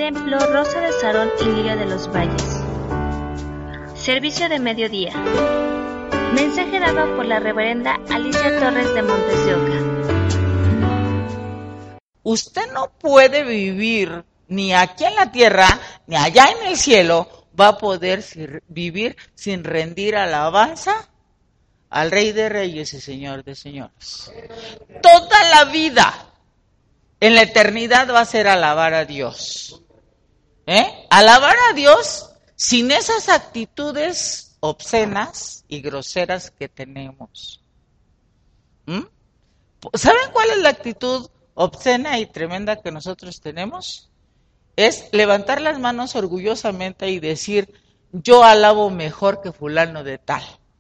Templo Rosa de Sarón y Liria de los Valles. Servicio de mediodía. Mensaje dado por la reverenda Alicia Torres de Montes de Oca. Usted no puede vivir ni aquí en la tierra, ni allá en el cielo, va a poder vivir sin rendir alabanza al Rey de Reyes y Señor de Señores. Toda la vida, en la eternidad, va a ser alabar a Dios. Alabar a Dios sin esas actitudes obscenas y groseras que tenemos. ¿Saben cuál es la actitud obscena y tremenda que nosotros tenemos? Es levantar las manos orgullosamente y decir, yo alabo mejor que fulano de tal.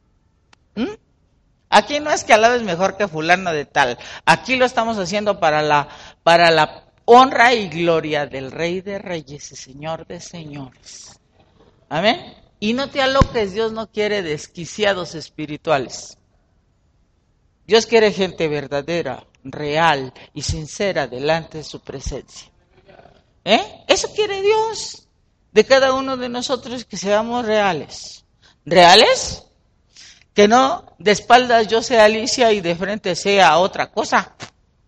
Aquí no es que alabes mejor que fulano de tal. Aquí lo estamos haciendo para la honra y gloria del Rey de Reyes y Señor de Señores. Amén. Y no te aloques, Dios no quiere desquiciados espirituales. Dios quiere gente verdadera, real y sincera delante de su presencia. Eso quiere Dios de cada uno de nosotros, que seamos reales. ¿Reales? Que no de espaldas yo sea Alicia y de frente sea otra cosa.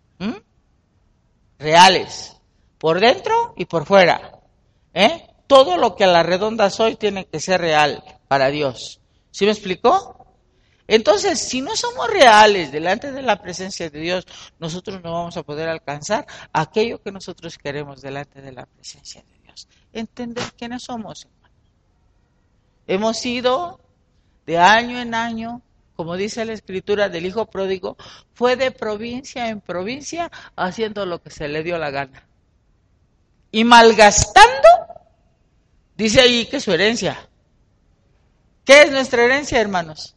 Reales, por dentro y por fuera. Todo lo que a la redonda soy tiene que ser real para Dios. ¿Sí me explicó? Entonces, si no somos reales delante de la presencia de Dios, nosotros no vamos a poder alcanzar aquello que nosotros queremos delante de la presencia de Dios. Entender quiénes somos, hermano. Hemos ido de año en año, como dice la Escritura del Hijo Pródigo, fue de provincia en provincia haciendo lo que se le dio la gana. Y malgastando, dice ahí que su herencia. ¿Qué es nuestra herencia, hermanos?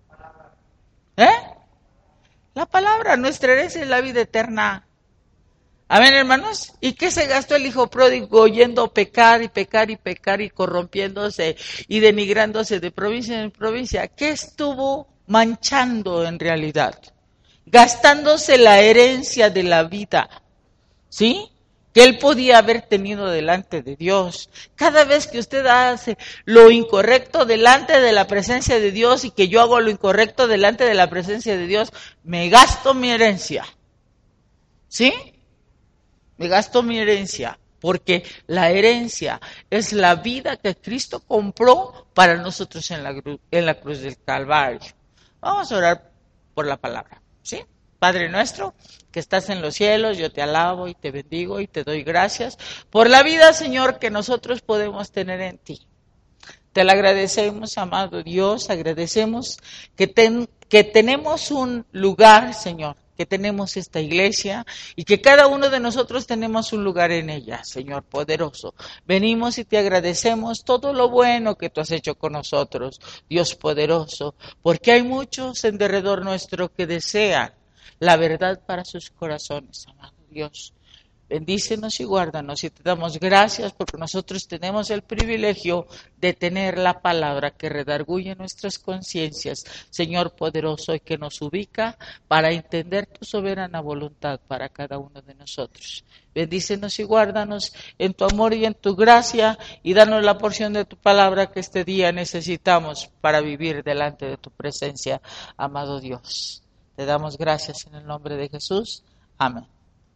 La palabra, nuestra herencia es la vida eterna. Amén, hermanos. ¿Y qué se gastó el hijo pródigo yendo pecar y pecar y pecar y corrompiéndose y denigrándose de provincia en provincia? ¿Qué estuvo manchando en realidad? Gastándose la herencia de la vida, ¿sí? Que él podía haber tenido delante de Dios. Cada vez que usted hace lo incorrecto delante de la presencia de Dios y que yo hago lo incorrecto delante de la presencia de Dios, me gasto mi herencia. ¿Sí? Me gasto mi herencia, porque la herencia es la vida que Cristo compró para nosotros en la cruz del Calvario. Vamos a orar por la palabra, ¿sí? Padre nuestro, que estás en los cielos, yo te alabo y te bendigo y te doy gracias por la vida, Señor, que nosotros podemos tener en ti. Te lo agradecemos, amado Dios, agradecemos que tenemos un lugar, Señor, que tenemos esta iglesia y que cada uno de nosotros tenemos un lugar en ella, Señor poderoso. Venimos y te agradecemos todo lo bueno que tú has hecho con nosotros, Dios poderoso, porque hay muchos en derredor nuestro que desean la verdad para sus corazones, amado Dios. Bendícenos y guárdanos y te damos gracias porque nosotros tenemos el privilegio de tener la palabra que redarguye nuestras conciencias, Señor poderoso, y que nos ubica para entender tu soberana voluntad para cada uno de nosotros. Bendícenos y guárdanos en tu amor y en tu gracia y danos la porción de tu palabra que este día necesitamos para vivir delante de tu presencia, amado Dios. Te damos gracias en el nombre de Jesús. Amén.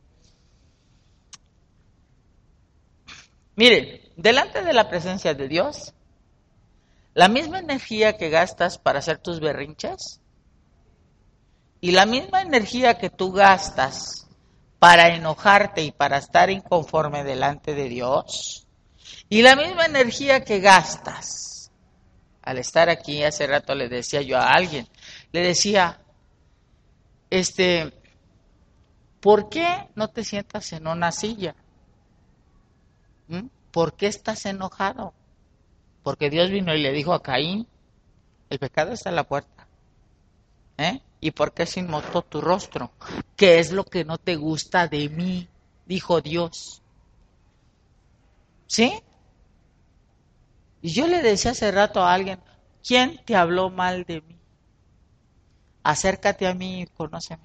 Miren, delante de la presencia de Dios, la misma energía que gastas para hacer tus berrinches y la misma energía que tú gastas para enojarte y para estar inconforme delante de Dios, y la misma energía que gastas al estar aquí, hace rato le decía yo a alguien, le decía, ¿por qué no te sientas en una silla? ¿Por qué estás enojado? Porque Dios vino y le dijo a Caín, el pecado está a la puerta. ¿Y por qué se inmutó tu rostro? ¿Qué es lo que no te gusta de mí? Dijo Dios. ¿Sí? Y yo le decía hace rato a alguien, ¿quién te habló mal de mí? Acércate a mí y conóceme.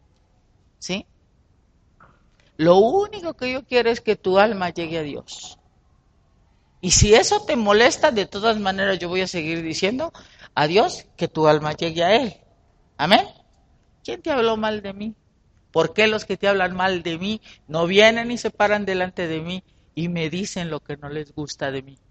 ¿Sí? Lo único que yo quiero es que tu alma llegue a Dios. Y si eso te molesta, de todas maneras yo voy a seguir diciendo a Dios que tu alma llegue a Él. Amén. ¿Quién te habló mal de mí? ¿Por qué los que te hablan mal de mí no vienen y se paran delante de mí y me dicen lo que no les gusta de mí?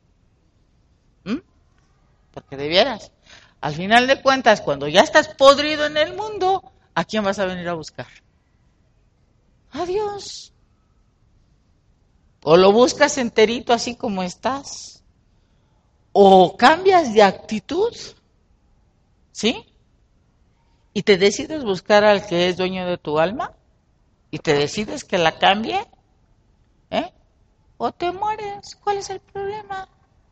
Porque debieras. Al final de cuentas, cuando ya estás podrido en el mundo, ¿a quién vas a venir a buscar? A Dios. O lo buscas enterito así como estás, o cambias de actitud, ¿sí? Y te decides buscar al que es dueño de tu alma, y te decides que la cambie, o te mueres. ¿Cuál es el problema?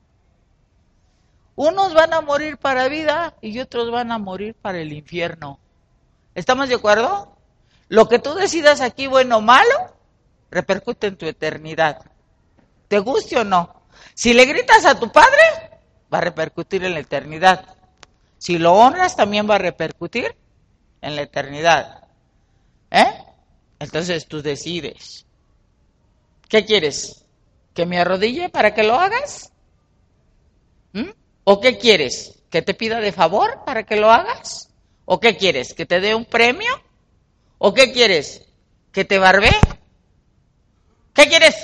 Unos van a morir para vida y otros van a morir para el infierno. ¿Estamos de acuerdo? Lo que tú decidas aquí, bueno o malo, repercute en tu eternidad. ¿Te guste o no? Si le gritas a tu padre, va a repercutir en la eternidad. Si lo honras, también va a repercutir en la eternidad. Entonces tú decides. ¿Qué quieres? ¿Que me arrodille para que lo hagas? ¿O qué quieres? ¿Que te pida de favor para que lo hagas? ¿O qué quieres? ¿Que te dé un premio? ¿O qué quieres? ¿Que te barbee? ¿Qué quieres?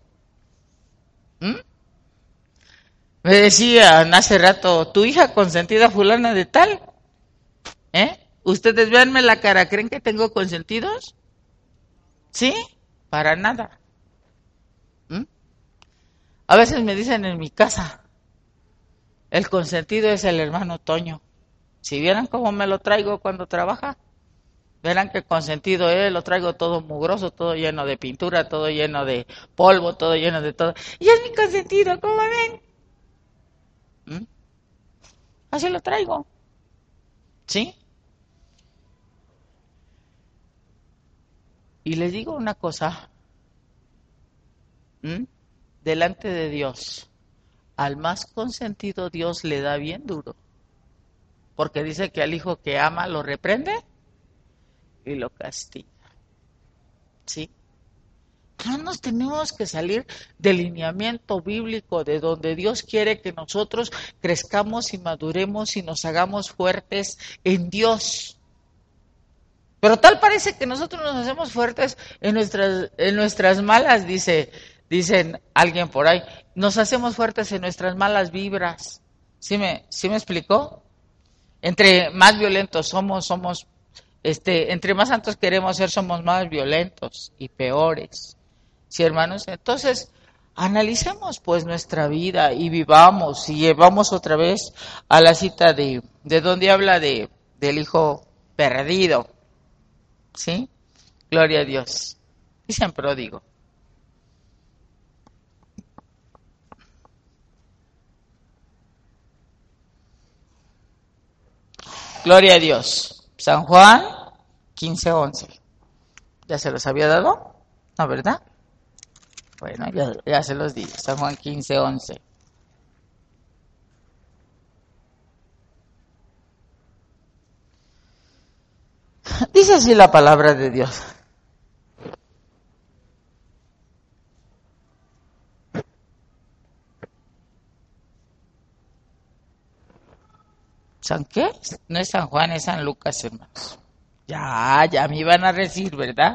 Me decían hace rato, tu hija consentida fulana de tal. Ustedes véanme la cara, ¿creen que tengo consentidos? ¿Sí? Para nada. A veces me dicen en mi casa, el consentido es el hermano Toño. Si vieran cómo me lo traigo cuando trabaja, verán que consentido es, lo traigo todo mugroso, todo lleno de pintura, todo lleno de polvo, todo lleno de todo. Y es mi consentido, ¿cómo ven? Así lo traigo. ¿Sí? Y les digo una cosa. Delante de Dios, al más consentido Dios le da bien duro. Porque dice que al hijo que ama lo reprende y lo castiga. ¿Sí? No nos tenemos que salir del lineamiento bíblico de donde Dios quiere que nosotros crezcamos y maduremos y nos hagamos fuertes en Dios. Pero tal parece que nosotros nos hacemos fuertes en nuestras malas, dicen alguien por ahí, nos hacemos fuertes en nuestras malas vibras. ¿Sí me explicó? Entre más violentos somos, entre más santos queremos ser, somos más violentos y peores. ¿Sí, hermanos? Entonces, analicemos pues nuestra vida y vivamos y llevamos otra vez a la cita de donde habla del hijo perdido. ¿Sí? Gloria a Dios. Dicen pródigo. Gloria a Dios. San Juan 15:11. ¿Ya se los había dado? ¿No, verdad? Bueno, ya se los di. San Juan 15:11. Dice así la palabra de Dios. ¿San qué? No es San Juan, es San Lucas, hermanos. Ya me iban a decir, ¿verdad?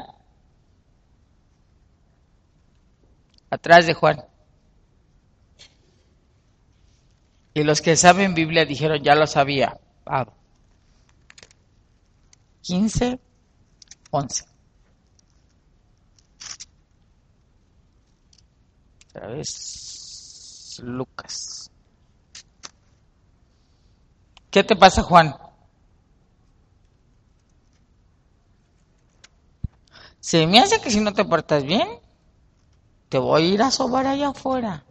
Atrás de Juan. Y los que saben Biblia dijeron, ya lo sabía. 15:11. Otra vez Lucas. ¿Qué te pasa, Juan? Se me hace que si no te portas bien, te voy a ir a sobar allá afuera.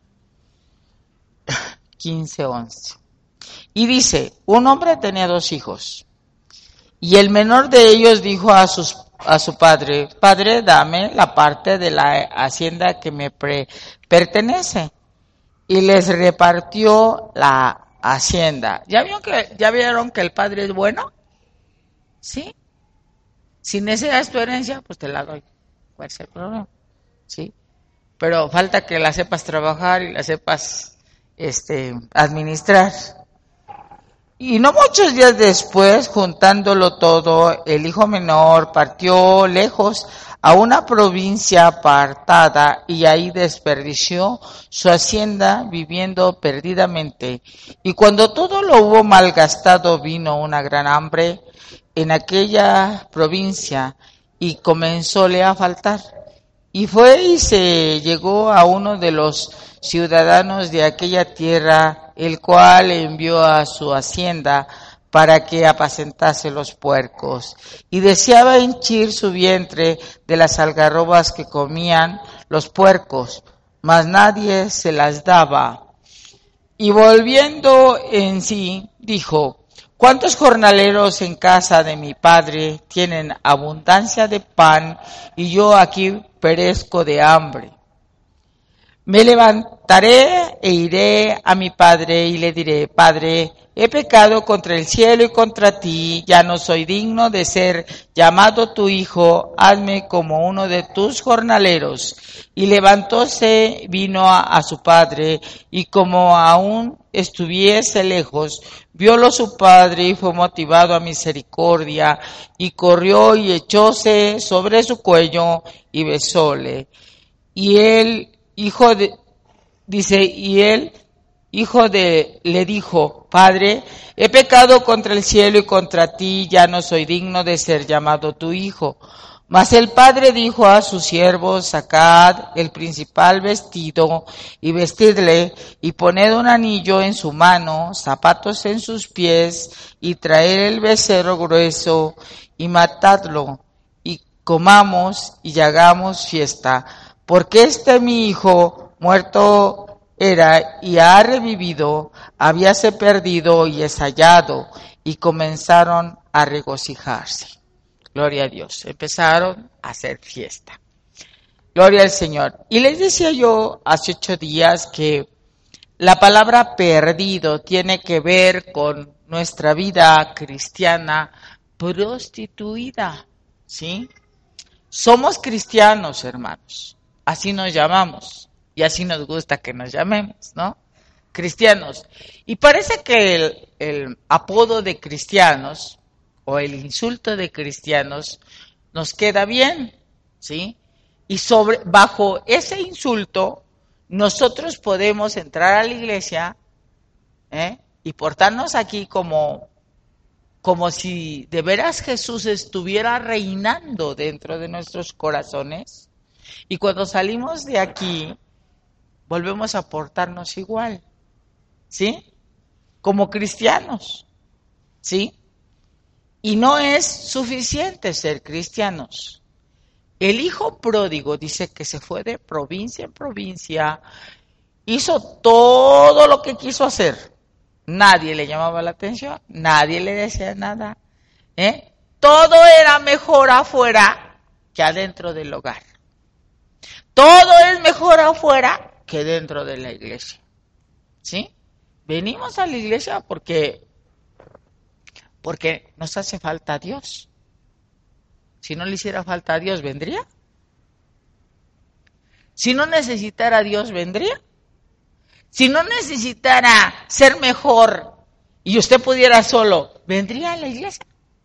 15:11. Y dice, un hombre tenía 2 hijos. Y el menor de ellos dijo a su padre, Padre, dame la parte de la hacienda que me pertenece. Y les repartió la hacienda. ¿Ya vieron que el padre es bueno? ¿Sí? Si necesitas tu herencia, pues te la doy. ¿Cuál es el problema? ¿Sí? pero falta que la sepas trabajar y la sepas administrar. Y no muchos días después, juntándolo todo, el hijo menor partió lejos a una provincia apartada y ahí desperdició su hacienda viviendo perdidamente. Y cuando todo lo hubo malgastado, vino una gran hambre en aquella provincia y comenzóle a faltar. Y fue y se llegó a uno de los ciudadanos de aquella tierra, el cual envió a su hacienda para que apacentase los puercos. Y deseaba henchir su vientre de las algarrobas que comían los puercos, mas nadie se las daba. Y volviendo en sí, dijo: ¿cuántos jornaleros en casa de mi padre tienen abundancia de pan y yo aquí perezco de hambre? Me levantaré e iré a mi padre y le diré: Padre, he pecado contra el cielo y contra ti, ya no soy digno de ser llamado tu hijo, hazme como uno de tus jornaleros. Y levantóse, vino a su padre, y como aún estuviese lejos, viólo su padre y fue motivado a misericordia, y corrió y echóse sobre su cuello y besóle. Y él, le dijo: Padre, he pecado contra el cielo y contra ti, ya no soy digno de ser llamado tu hijo. Mas el padre dijo a sus siervos: sacad el principal vestido y vestidle, y poned un anillo en su mano, zapatos en sus pies, y traed el becerro grueso, y matadlo, y comamos y hagamos fiesta. Porque mi hijo muerto era y ha revivido, habíase perdido y es hallado. Y comenzaron a regocijarse. Gloria a Dios. Empezaron a hacer fiesta. Gloria al Señor. Y les decía yo hace 8 días que la palabra perdido tiene que ver con nuestra vida cristiana prostituida. ¿Sí? Somos cristianos, hermanos. Así nos llamamos y así nos gusta que nos llamemos, ¿no? Cristianos. Y parece que el apodo de cristianos o el insulto de cristianos nos queda bien, ¿sí? Y bajo ese insulto nosotros podemos entrar a la iglesia y portarnos aquí como si de veras Jesús estuviera reinando dentro de nuestros corazones. Y cuando salimos de aquí, volvemos a portarnos igual, ¿sí? Como cristianos, ¿sí? Y no es suficiente ser cristianos. El hijo pródigo dice que se fue de provincia en provincia, hizo todo lo que quiso hacer. Nadie le llamaba la atención, nadie le decía nada. Todo era mejor afuera que adentro del hogar. Todo es mejor afuera que dentro de la iglesia. ¿Sí? Venimos a la iglesia porque nos hace falta Dios. Si no le hiciera falta a Dios, ¿vendría? Si no necesitara a Dios, ¿vendría? Si no necesitara ser mejor y usted pudiera solo, ¿vendría a la iglesia?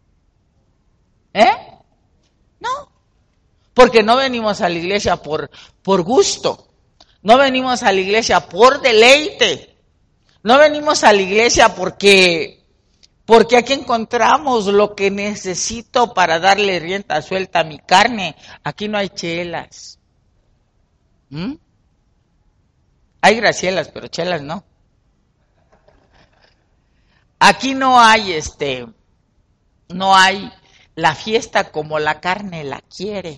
No. Porque no venimos a la iglesia por gusto, no venimos a la iglesia por deleite, no venimos a la iglesia porque aquí encontramos lo que necesito para darle rienda suelta a mi carne. Aquí no hay chelas. Hay gracielas, pero chelas no. Aquí no hay no hay la fiesta como la carne la quiere.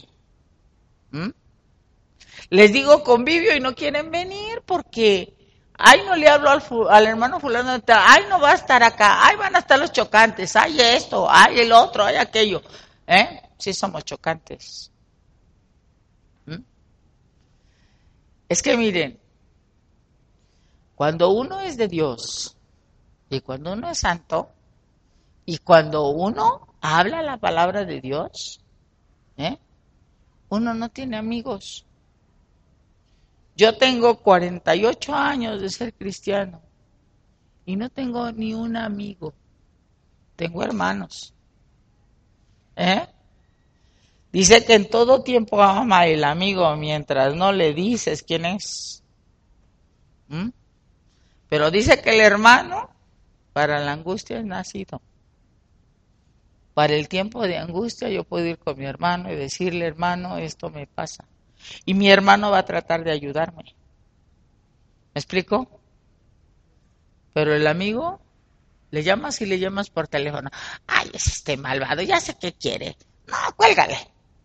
Les digo convivio y no quieren venir porque no le hablo al hermano fulano, no va a estar acá, van a estar los chocantes, esto, el otro, aquello. Sí somos chocantes. Es que miren, cuando uno es de Dios y cuando uno es santo y cuando uno habla la palabra de Dios, uno no tiene amigos. Yo tengo 48 años de ser cristiano y no tengo ni un amigo. Tengo hermanos. Dice que en todo tiempo ama el amigo mientras no le dices quién es. Pero dice que el hermano para la angustia es nacido. Para el tiempo de angustia yo puedo ir con mi hermano y decirle, hermano, esto me pasa. Y mi hermano va a tratar de ayudarme. ¿Me explico? Pero el amigo, le llamas y le llamas por teléfono. Ay, es este malvado, ya sé qué quiere. No, cuélgale.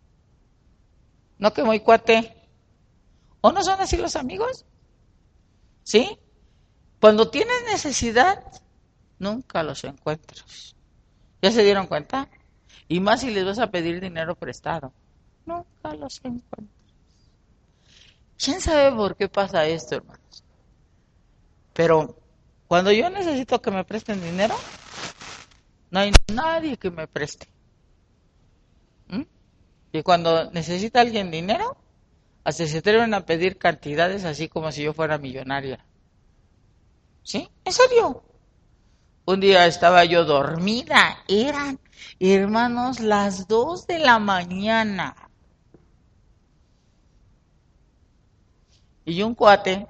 No que muy cuate. ¿O no son así los amigos? ¿Sí? Cuando tienes necesidad, nunca los encuentras. ¿Ya se dieron cuenta? Y más si les vas a pedir dinero prestado. Nunca los encuentras. ¿Quién sabe por qué pasa esto, hermanos? Pero cuando yo necesito que me presten dinero, no hay nadie que me preste. Y cuando necesita alguien dinero, hasta se atreven a pedir cantidades así como si yo fuera millonaria. ¿Sí? ¿En serio? Un día estaba yo dormida, eran, hermanos, las 2 de la mañana. Y un cuate,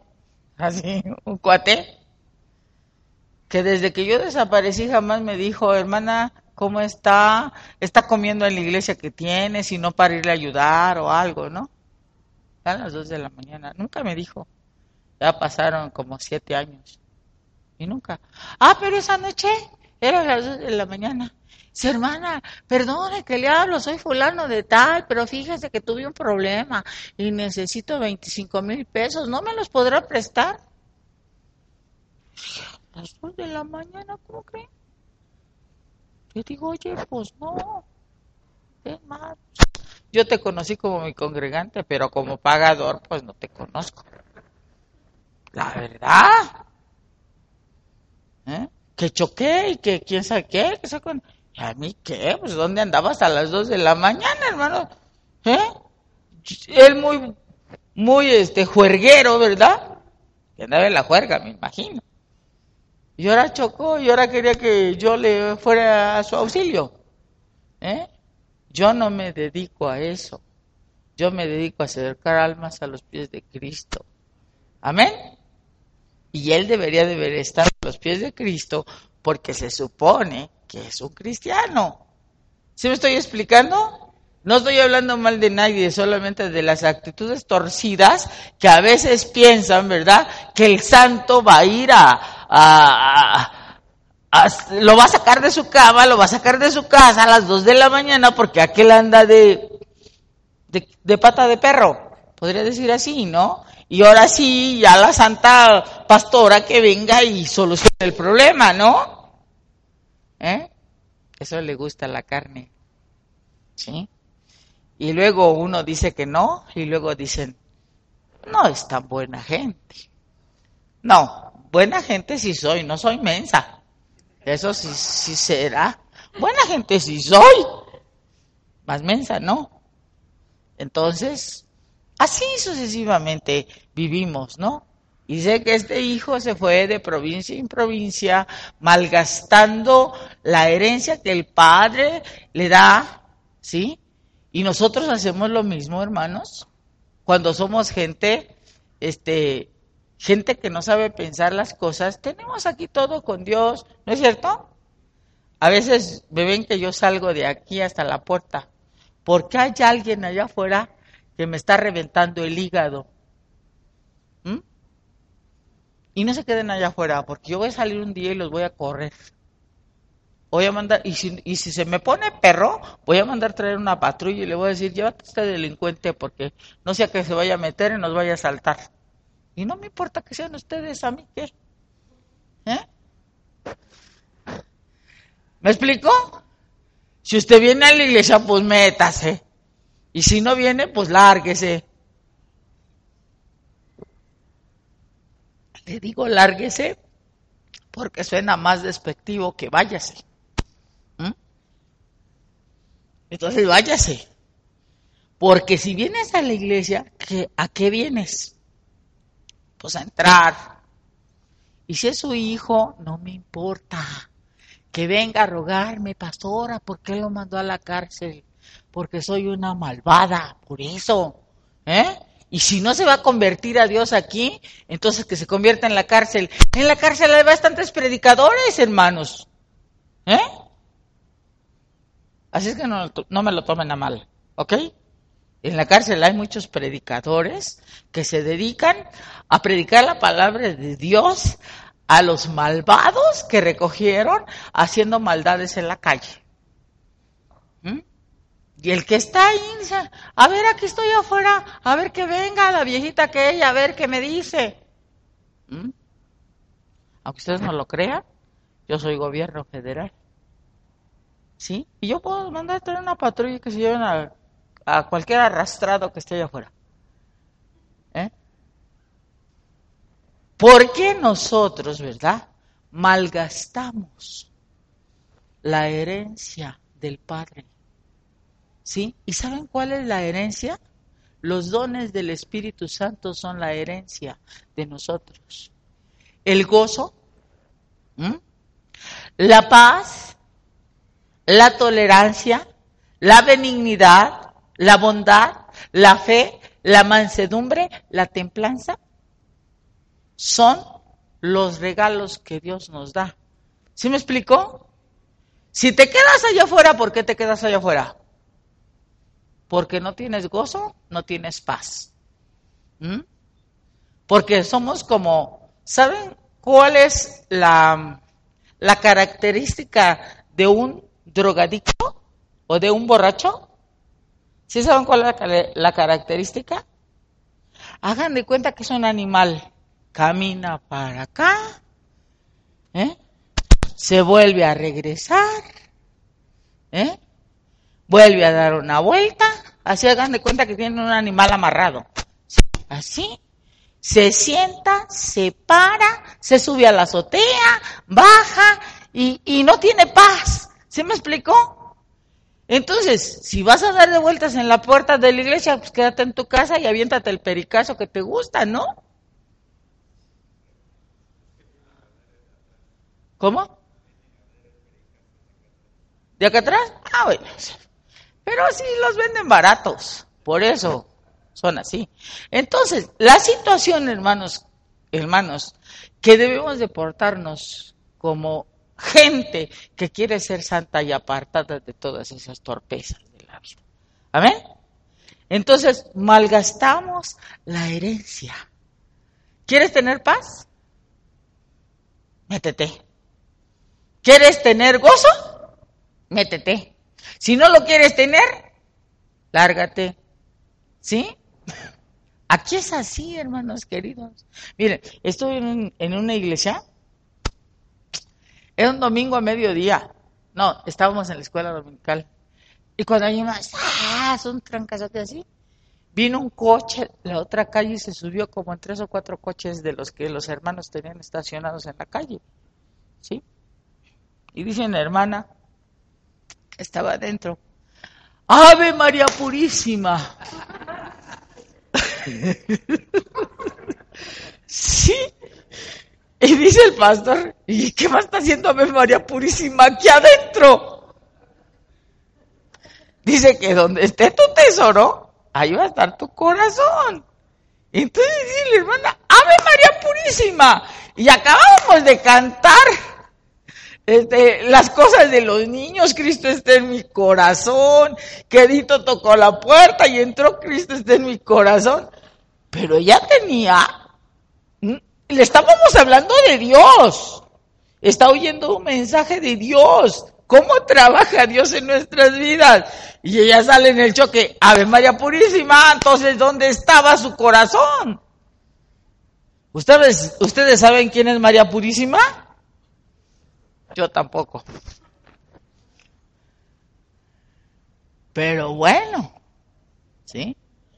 que desde que yo desaparecí jamás me dijo, hermana, ¿cómo está? ¿Está comiendo en la iglesia que tiene? Si no, para irle a ayudar o algo, ¿no? A las 2 de la mañana. Nunca me dijo. Ya pasaron como 7 años. Y nunca. Pero esa noche era a las 2 de la mañana. Dice, hermana, perdone que le hablo, soy fulano de tal, pero fíjese que tuve un problema y necesito 25,000 pesos. ¿No me los podrá prestar? A las 2 de la mañana, ¿cómo creen? Yo digo, oye, pues no. Es más, yo te conocí como mi congregante, pero como pagador, pues no te conozco. La verdad. Que choqué y que quién sabe qué. ¿Y a mí qué? Pues ¿dónde andabas a las 2 de la mañana, hermano? Él muy juerguero, ¿verdad? Que andaba en la juerga, me imagino. Y ahora chocó y ahora quería que yo le fuera a su auxilio. Yo no me dedico a eso. Yo me dedico a acercar almas a los pies de Cristo. Amén. Y él debería estar a los pies de Cristo porque se supone que es un cristiano. ¿Sí me estoy explicando? No estoy hablando mal de nadie, solamente de las actitudes torcidas que a veces piensan, ¿verdad? Que el santo va a ir lo va a sacar de su cama, lo va a sacar de su casa a las 2 de la mañana porque aquel anda de pata de perro. Podría decir así, ¿no? Y ahora sí, ya la santa pastora que venga y solucione el problema, ¿no? Eso le gusta a la carne. ¿Sí? Y luego uno dice que no, y luego dicen, no es tan buena gente. No, buena gente sí soy, no soy mensa. Eso sí será. Buena gente sí soy. Más mensa no. Entonces, así sucesivamente vivimos, ¿no? Y sé que este hijo se fue de provincia en provincia, malgastando la herencia que el padre le da, ¿sí? Y nosotros hacemos lo mismo, hermanos, cuando somos gente que no sabe pensar las cosas. Tenemos aquí todo con Dios, ¿no es cierto? A veces me ven que yo salgo de aquí hasta la puerta, porque hay alguien allá afuera que me está reventando el hígado. Y no se queden allá afuera, porque yo voy a salir un día y los voy a correr. Voy a mandar, y si se me pone perro, voy a mandar traer una patrulla y le voy a decir, llévate a este delincuente porque no sea que se vaya a meter y nos vaya a asaltar. Y no me importa que sean ustedes, ¿a mí qué? ¿Me explico? Si usted viene a la iglesia, pues métase. Y si no viene, pues lárguese. Le digo lárguese porque suena más despectivo que váyase. Entonces váyase. Porque si vienes a la iglesia, ¿a qué vienes? pues a entrar. Y si es su hijo, no me importa. Que venga a rogarme, pastora, ¿por qué lo mandó a la cárcel? Porque soy una malvada, por eso. Y si no se va a convertir a Dios aquí, entonces que se convierta en la cárcel. En la cárcel hay bastantes predicadores, hermanos. Así es que no me lo tomen a mal, ¿ok? En la cárcel hay muchos predicadores que se dedican a predicar la palabra de Dios a los malvados que recogieron haciendo maldades en la calle. Y el que está ahí dice, a ver, aquí estoy afuera, a ver que venga la viejita aquella, a ver qué me dice. Aunque ustedes no lo crean, yo soy gobierno federal. ¿Sí? Y yo puedo mandar a tener una patrulla que se lleven a cualquier arrastrado que esté allá afuera. ¿Por qué nosotros, verdad, malgastamos la herencia del Padre? ¿Sí? ¿Y saben cuál es la herencia? Los dones del Espíritu Santo son la herencia de nosotros. El gozo, la paz, la tolerancia, la benignidad, la bondad, la fe, la mansedumbre, la templanza, son los regalos que Dios nos da. ¿Sí me explicó? Si te quedas allá afuera, ¿por qué te quedas allá afuera? Porque no tienes gozo, no tienes paz. Porque somos como, ¿saben cuál es la característica de un drogadicto o de un borracho? ¿Sí saben cuál es la característica? Hagan de cuenta que es un animal. Camina para acá, se vuelve a regresar, vuelve a dar una vuelta, así hagan de cuenta que tienen un animal amarrado, así, se sienta, se para, se sube a la azotea, baja y no tiene paz. ¿Sí me explicó? Entonces, si vas a dar de vueltas en la puerta de la iglesia, pues quédate en tu casa y aviéntate el pericazo que te gusta, ¿no? ¿Cómo? ¿De acá atrás? Bueno. Pero sí los venden baratos, por eso son así. Entonces, la situación, hermanos, que debemos de portarnos como gente que quiere ser santa y apartada de todas esas torpezas de la vida. ¿Amén? Entonces, malgastamos la herencia. ¿Quieres tener paz? Métete. ¿Quieres tener gozo? Métete. Si no lo quieres tener, lárgate. ¿Sí? Aquí es así, hermanos queridos. Miren, estoy en una iglesia. Era un domingo a mediodía. No, estábamos en la escuela dominical. Y cuando hay más, un trancazote así, vino un coche de la otra calle y se subió como en 3 o 4 coches de los que los hermanos tenían estacionados en la calle. ¿Sí? Y dice una hermana que estaba adentro, ¡Ave María Purísima! Sí. Y dice el pastor, ¿y qué más está haciendo Ave María Purísima aquí adentro? Dice que donde esté tu tesoro, ahí va a estar tu corazón. Entonces dice la hermana, ¡Ave María Purísima! Y acabábamos de cantar las cosas de los niños, Cristo está en mi corazón, quedito tocó la puerta y entró, Cristo está en mi corazón. Pero ya tenía, le estábamos hablando de Dios, está oyendo un mensaje de Dios, cómo trabaja Dios en nuestras vidas. Y ella sale en el choque, Ave María Purísima, entonces ¿dónde estaba su corazón? ¿Ustedes saben quién es María Purísima? Yo tampoco. Pero bueno, ¿sí?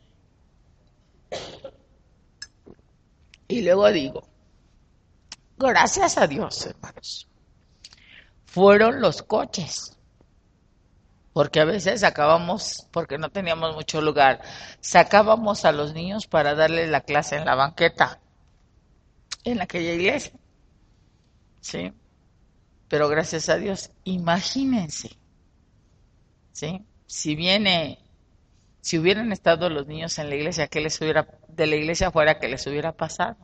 Y luego digo, gracias a Dios, hermanos, fueron los coches. Porque a veces sacábamos, porque no teníamos mucho lugar, sacábamos a los niños para darles la clase en la banqueta. en aquella iglesia. ¿Sí? Pero gracias a Dios, imagínense, ¿sí? Si hubieran estado los niños en la iglesia, ¿qué les hubiera, de la iglesia afuera, qué les hubiera pasado?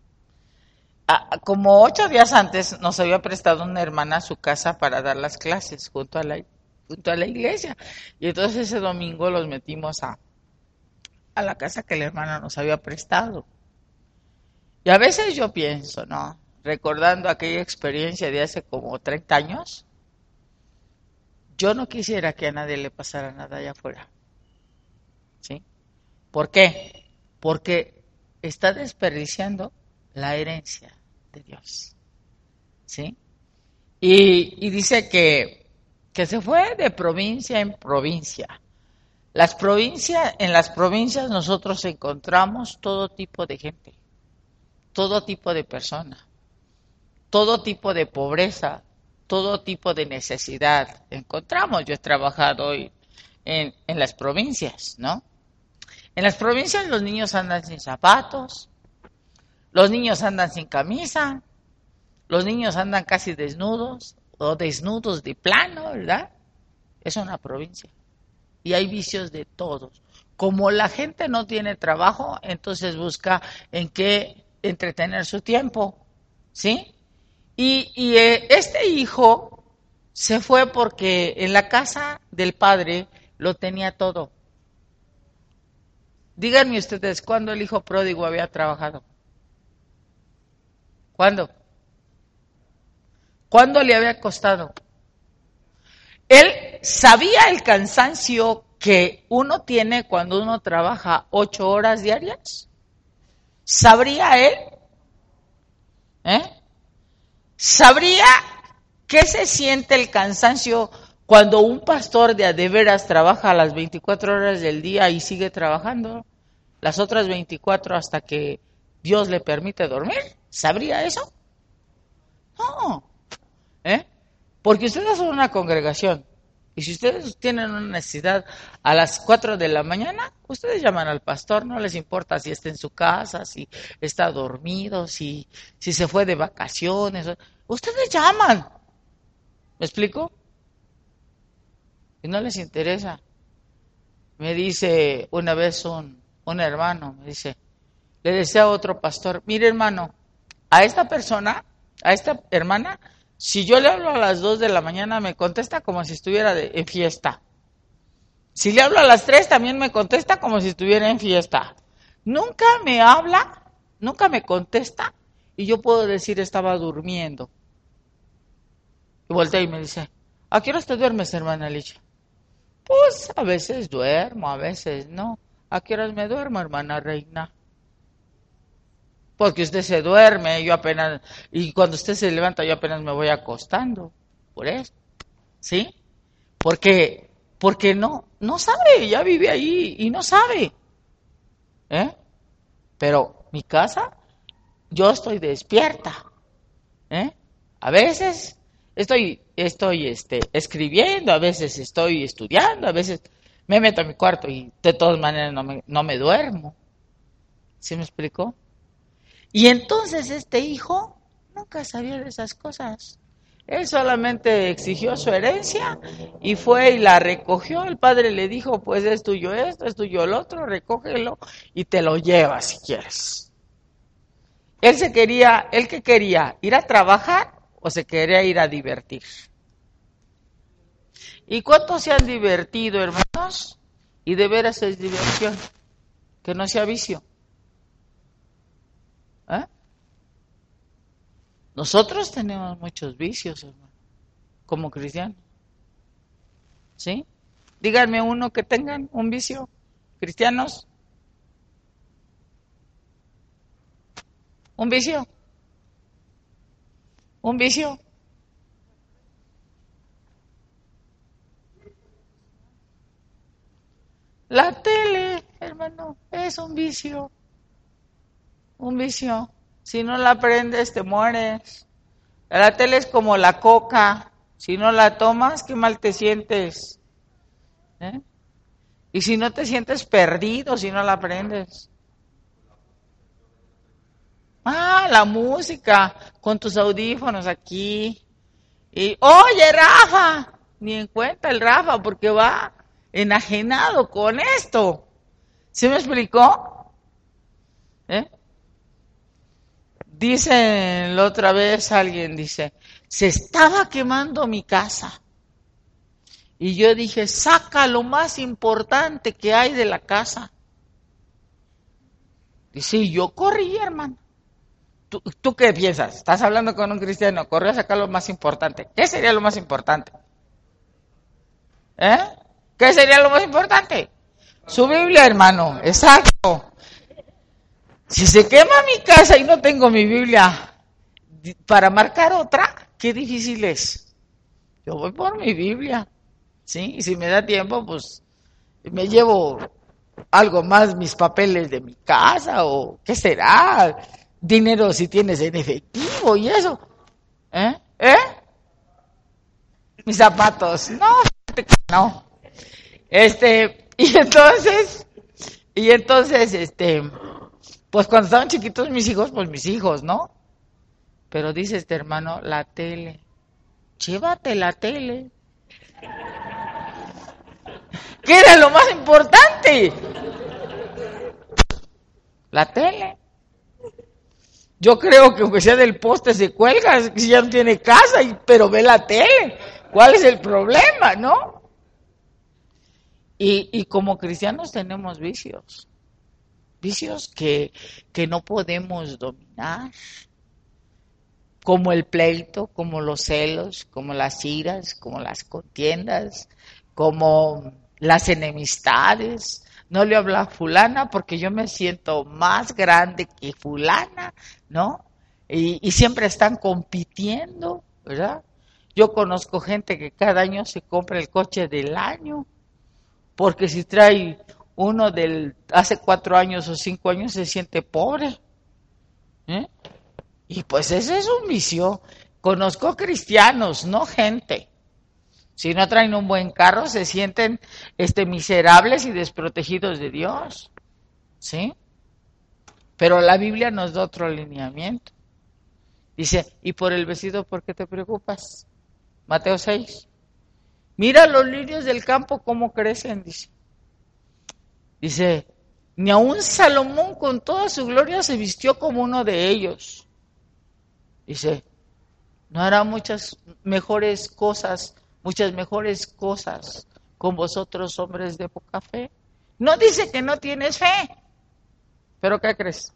Como 8 días antes nos había prestado una hermana a su casa para dar las clases junto a la iglesia. Y entonces ese domingo los metimos a la casa que la hermana nos había prestado. Y a veces yo pienso, ¿no? Recordando aquella experiencia de hace como 30 años, yo no quisiera que a nadie le pasara nada allá afuera. ¿Sí? ¿Por qué? Porque está desperdiciando la herencia de Dios. ¿Sí? Y dice que se fue de provincia en provincia. En las provincias nosotros encontramos todo tipo de gente, todo tipo de persona, todo tipo de pobreza, todo tipo de necesidad. Encontramos, yo he trabajado hoy en las provincias, ¿no? En las provincias los niños andan sin zapatos, los niños andan sin camisa, los niños andan casi desnudos o desnudos de plano, ¿verdad? Es una provincia. Y hay vicios de todos. Como la gente no tiene trabajo, entonces busca en qué entretener su tiempo, ¿sí? Y este hijo se fue porque en la casa del padre lo tenía todo. Díganme ustedes, ¿cuándo el hijo pródigo había trabajado? ¿Cuándo? ¿Cuándo le había costado? Él sabía el cansancio que uno tiene cuando uno trabaja 8 horas diarias. ¿Sabría él? ¿Sabría qué se siente el cansancio cuando un pastor de a de veras trabaja las 24 horas del día y sigue trabajando las otras 24 hasta que Dios le permite dormir? ¿Sabría eso? No. Porque ustedes son una congregación. Y si ustedes tienen una necesidad a las 4 de la mañana, ustedes llaman al pastor, no les importa si está en su casa, si está dormido, si se fue de vacaciones. Ustedes llaman. ¿Me explico? Y no les interesa. Me dice una vez un hermano, me dice, le decía a otro pastor, mire hermano, a esta persona, a esta hermana, si yo le hablo a las 2 de la mañana, me contesta como si estuviera en fiesta. Si le hablo a las 3, también me contesta como si estuviera en fiesta. Nunca me habla, nunca me contesta, y yo puedo decir estaba durmiendo. Y voltea y me dice, ¿a qué horas te duermes, hermana Alicia? Pues a veces duermo, a veces no. ¿A qué horas me duermo, hermana Reina? Porque usted se duerme, yo apenas, y cuando usted se levanta, yo apenas me voy acostando. Por eso, ¿sí? Porque no sabe, ya vive ahí y no sabe. Pero mi casa, yo estoy despierta. A veces estoy escribiendo, a veces estoy estudiando, a veces me meto a mi cuarto y de todas maneras no me duermo. ¿Sí me explicó? Y entonces este hijo nunca sabía de esas cosas. Él solamente exigió su herencia y fue y la recogió. El padre le dijo, pues es tuyo esto, es tuyo el otro, recógelo y te lo llevas si quieres. Él que quería ir a trabajar o se quería ir a divertir. ¿Y cuántos se han divertido, hermanos? Y de veras es diversión, que no sea vicio. Nosotros tenemos muchos vicios, hermano, como cristianos. ¿Sí? Díganme uno que tengan un vicio, cristianos. ¿Un vicio? ¿Un vicio? La tele, hermano, es un vicio. Un vicio. Si no la prendes, te mueres. La tele es como la coca. Si no la tomas, qué mal te sientes. Y si no te sientes perdido, si no la prendes. escucha la música con tus audífonos aquí. Y, oye, Rafa, ni en cuenta el Rafa porque va enajenado con esto. ¿Sí me explicó? Dice la otra vez alguien, dice, se estaba quemando mi casa. Y yo dije, saca lo más importante que hay de la casa. Dice, y yo corrí, hermano. ¿Tú qué piensas? Estás hablando con un cristiano, corrió a sacar lo más importante. ¿Qué sería lo más importante? ¿Qué sería lo más importante? Su Biblia, hermano, exacto. Si se quema mi casa y no tengo mi Biblia para marcar otra, qué difícil es. Yo voy por mi Biblia, ¿sí? Y si me da tiempo, pues me llevo algo más, mis papeles de mi casa o qué será, dinero si tienes en efectivo y eso. Mis zapatos, no. Y entonces, pues cuando estaban chiquitos mis hijos, pues mis hijos, ¿no? Pero dice este hermano, la tele. Llévate la tele. ¿Qué era lo más importante? La tele. Yo creo que aunque sea del poste se cuelga, si ya no tiene casa, pero ve la tele. ¿Cuál es el problema, no? Y como cristianos tenemos vicios. Vicios que no podemos dominar. Como el pleito, como los celos, como las iras, como las contiendas, como las enemistades. No le hablo a fulana porque yo me siento más grande que fulana, ¿no? Y siempre están compitiendo, ¿verdad? Yo conozco gente que cada año se compra el coche del año, porque si trae uno del hace 4 años o 5 años se siente pobre. Y pues ese es un vicio. Conozco cristianos, no gente. Si no traen un buen carro, se sienten miserables y desprotegidos de Dios. ¿Sí? Pero la Biblia nos da otro alineamiento. Dice, ¿y por el vestido por qué te preocupas? Mateo 6. Mira los lirios del campo cómo crecen, dice. Dice, ni aun Salomón con toda su gloria se vistió como uno de ellos. Dice, ¿no hará muchas mejores cosas con vosotros, hombres de poca fe? No dice que no tienes fe, pero ¿qué crees?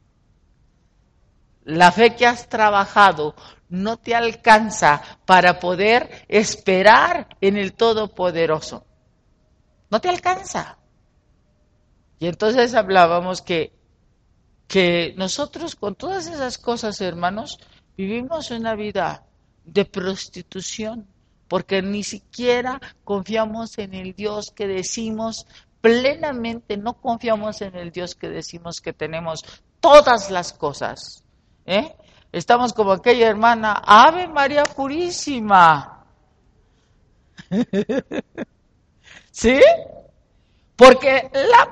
La fe que has trabajado no te alcanza para poder esperar en el Todopoderoso. No te alcanza. Y entonces hablábamos que nosotros con todas esas cosas, hermanos, vivimos una vida de prostitución, porque ni siquiera confiamos en el Dios que decimos plenamente, no confiamos en el Dios que decimos que tenemos todas las cosas. Estamos como aquella hermana, Ave María Purísima. ¿Sí? Porque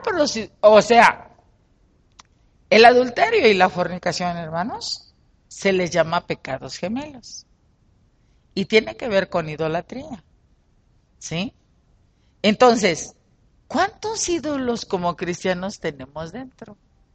el adulterio y la fornicación, hermanos, se les llama pecados gemelos. Y tiene que ver con idolatría. ¿Sí? Entonces, ¿cuántos ídolos como cristianos tenemos dentro?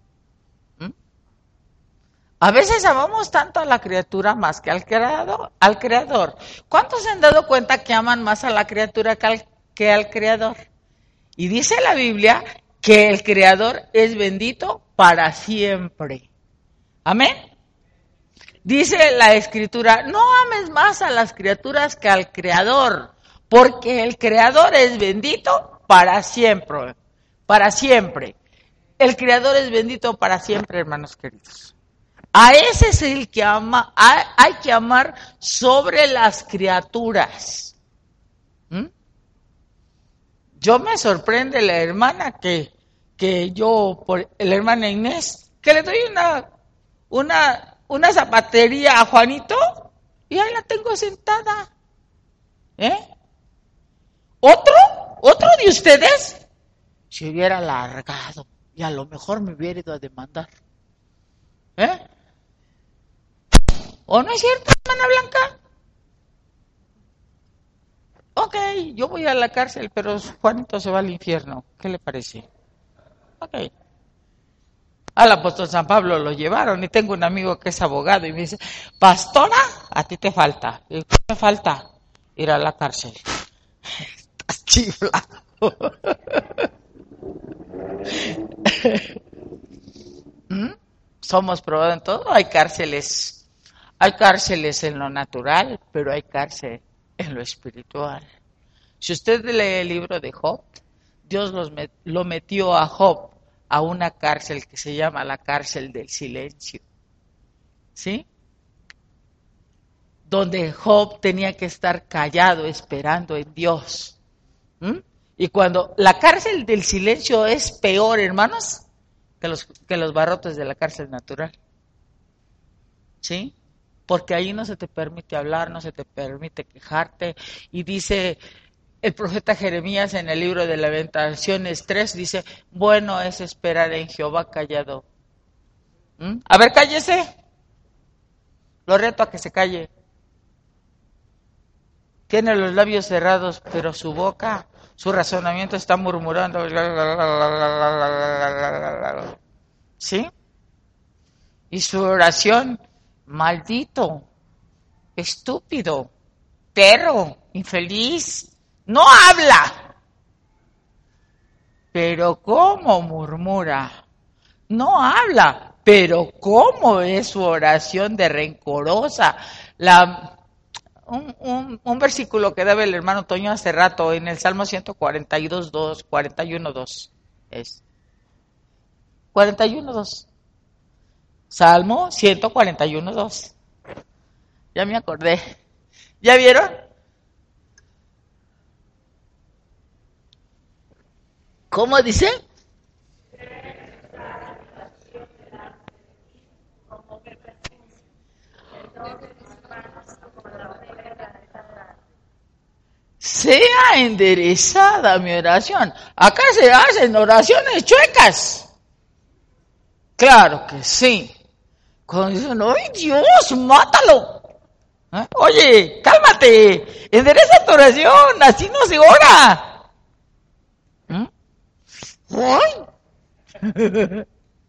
A veces amamos tanto a la criatura más que al creador. ¿Cuántos se han dado cuenta que aman más a la criatura que al creador? Y dice la Biblia que el creador es bendito para siempre. ¿Amén? Dice la Escritura, no ames más a las criaturas que al creador, porque el creador es bendito para siempre. Para siempre. El creador es bendito para siempre, hermanos queridos. A ese es el que ama, hay que amar sobre las criaturas. Yo me sorprende la hermana la hermana Inés, que le doy una zapatería a Juanito y ahí la tengo sentada. ¿Otro de ustedes? Se hubiera largado y a lo mejor me hubiera ido a demandar. ¿O no es cierto, hermana Blanca? Ok, yo voy a la cárcel, pero Juanito se va al infierno. ¿Qué le parece? Ok. Al apóstol San Pablo lo llevaron y tengo un amigo que es abogado y me dice, pastora, a ti te falta. Y ¿qué me falta? Ir a la cárcel. Estás chiflado. ¿Mm? Somos probados en todo. Hay cárceles en lo natural, pero hay cárcel en lo espiritual. Si usted lee el libro de Job, Dios lo metió a Job a una cárcel que se llama la cárcel del silencio, ¿sí? Donde Job tenía que estar callado esperando en Dios. Y cuando la cárcel del silencio es peor, hermanos, que los barrotes de la cárcel natural, ¿sí? Porque ahí no se te permite hablar, no se te permite quejarte. Y dice el profeta Jeremías en el libro de Lamentaciones 3, dice, bueno es esperar en Jehová callado. A ver, cállese. Lo reto a que se calle. Tiene los labios cerrados, pero su boca, su razonamiento está murmurando. ¿Sí? Y su oración, maldito, estúpido, perro, infeliz, no habla. Pero ¿cómo murmura? No habla, pero ¿cómo es su oración de rencorosa? Un versículo que daba el hermano Toño hace rato en el Salmo 142:2, 41:2 es 41:2. Salmo 141:2. Ya me acordé. ¿Ya vieron? ¿Cómo dice? Sea enderezada mi oración. Acá se hacen oraciones chuecas. Claro que sí. Cuando dicen, ¡ay Dios, mátalo! ¿Eh? Oye, cálmate, endereza tu oración, así no se ora. ¡Ay!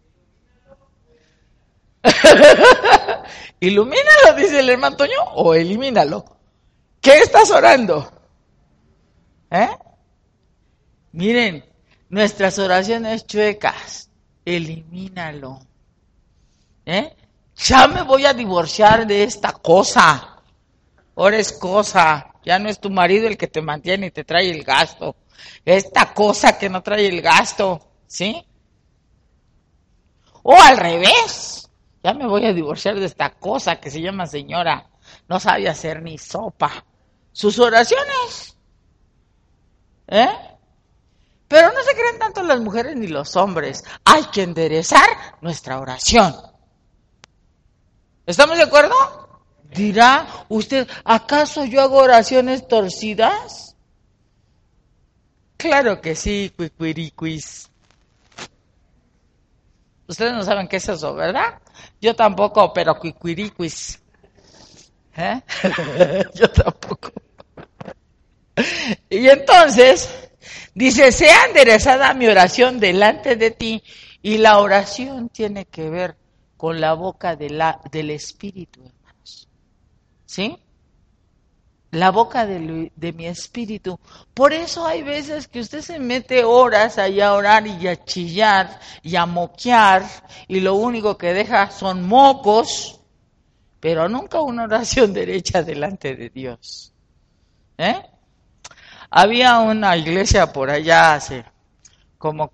Ilumínalo, dice el hermano Toño, o elimínalo. ¿Qué estás orando? Miren, nuestras oraciones chuecas, elimínalo. Ya me voy a divorciar de esta cosa. Ahora es cosa, ya no es tu marido el que te mantiene y te trae el gasto. Esta cosa que no trae el gasto, ¿sí? O al revés, ya me voy a divorciar de esta cosa que se llama señora. No sabe hacer ni sopa. Sus oraciones, Pero no se creen tanto las mujeres ni los hombres. Hay que enderezar nuestra oración. ¿Estamos de acuerdo? Dirá usted, ¿acaso yo hago oraciones torcidas? Claro que sí, cuicuiricuis. Ustedes no saben qué es eso, ¿verdad? Yo tampoco, pero cuicuiricuis. Yo tampoco. Y entonces, dice, sea enderezada mi oración delante de ti, y la oración tiene que ver con la boca del Espíritu, hermanos. ¿Sí? La boca de mi espíritu. Por eso hay veces que usted se mete horas allá a orar y a chillar y a moquear, y lo único que deja son mocos, pero nunca una oración derecha delante de Dios. Había una iglesia por allá hace como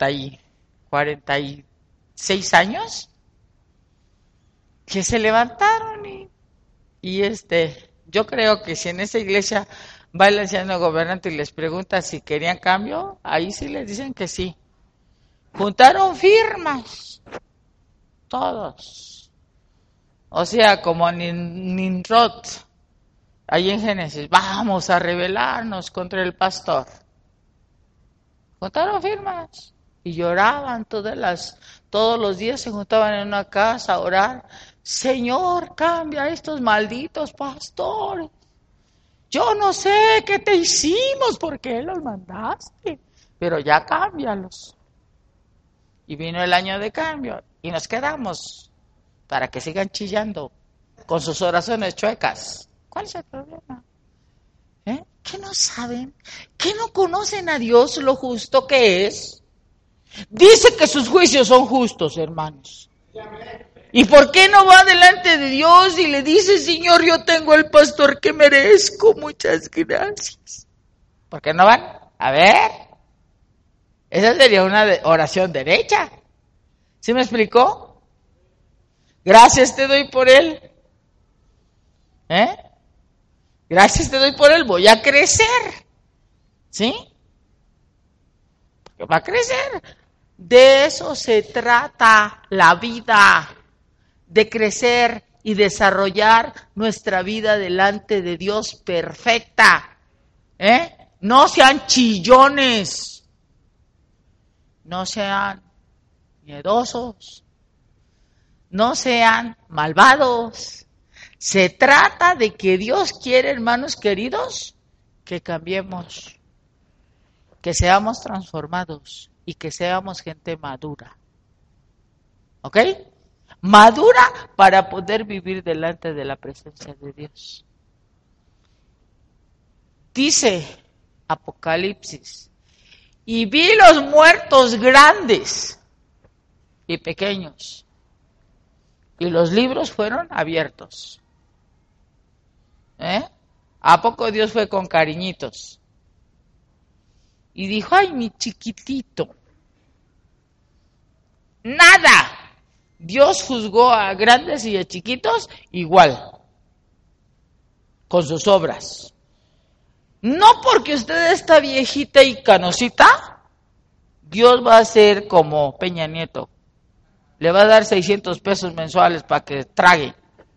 46 años que se levantaron y yo creo que si en esa iglesia va el anciano gobernante y les pregunta si querían cambio, ahí sí les dicen que sí. Juntaron firmas, todos. O sea, como Nimrod, ahí en Génesis, vamos a rebelarnos contra el pastor. Juntaron firmas y lloraban todos los días, se juntaban en una casa a orar. Señor, cambia a estos malditos pastores. Yo no sé qué te hicimos, ¿por qué los mandaste? Pero ya cámbialos. Y vino el año de cambio y nos quedamos para que sigan chillando con sus oraciones chuecas. ¿Cuál es el problema? ¿Qué no saben? ¿Qué no conocen a Dios lo justo que es? Dice que sus juicios son justos, hermanos. ¿Y por qué no va delante de Dios y le dice, Señor, yo tengo el pastor que merezco, muchas gracias? ¿Por qué no van? A ver, esa sería una oración derecha. ¿Sí me explicó? Gracias te doy por él. Gracias te doy por él, voy a crecer. ¿Sí? Porque va a crecer. De eso se trata la vida, de crecer y desarrollar nuestra vida delante de Dios perfecta. No sean chillones, no sean miedosos, no sean malvados. Se trata de que Dios quiere, hermanos queridos, que cambiemos, que seamos transformados y que seamos gente madura. ¿Ok? Madura para poder vivir delante de la presencia de Dios. Dice Apocalipsis, y vi los muertos grandes y pequeños, y los libros fueron abiertos. ¿A poco Dios fue con cariñitos? Y dijo, ay, mi chiquitito. Nada. Dios juzgó a grandes y a chiquitos igual, con sus obras. No porque usted está viejita y canosita, Dios va a ser como Peña Nieto. Le va a dar 600 pesos mensuales para que trague.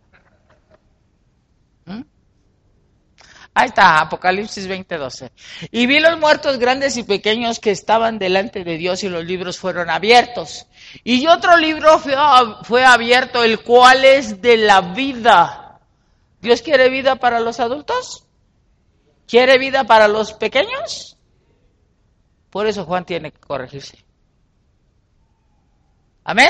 Ahí está, Apocalipsis 20:12. Y vi los muertos grandes y pequeños que estaban delante de Dios y los libros fueron abiertos. Y otro libro fue abierto, el cual es de la vida. ¿Dios quiere vida para los adultos? ¿Quiere vida para los pequeños? Por eso Juan tiene que corregirse. ¿Amén?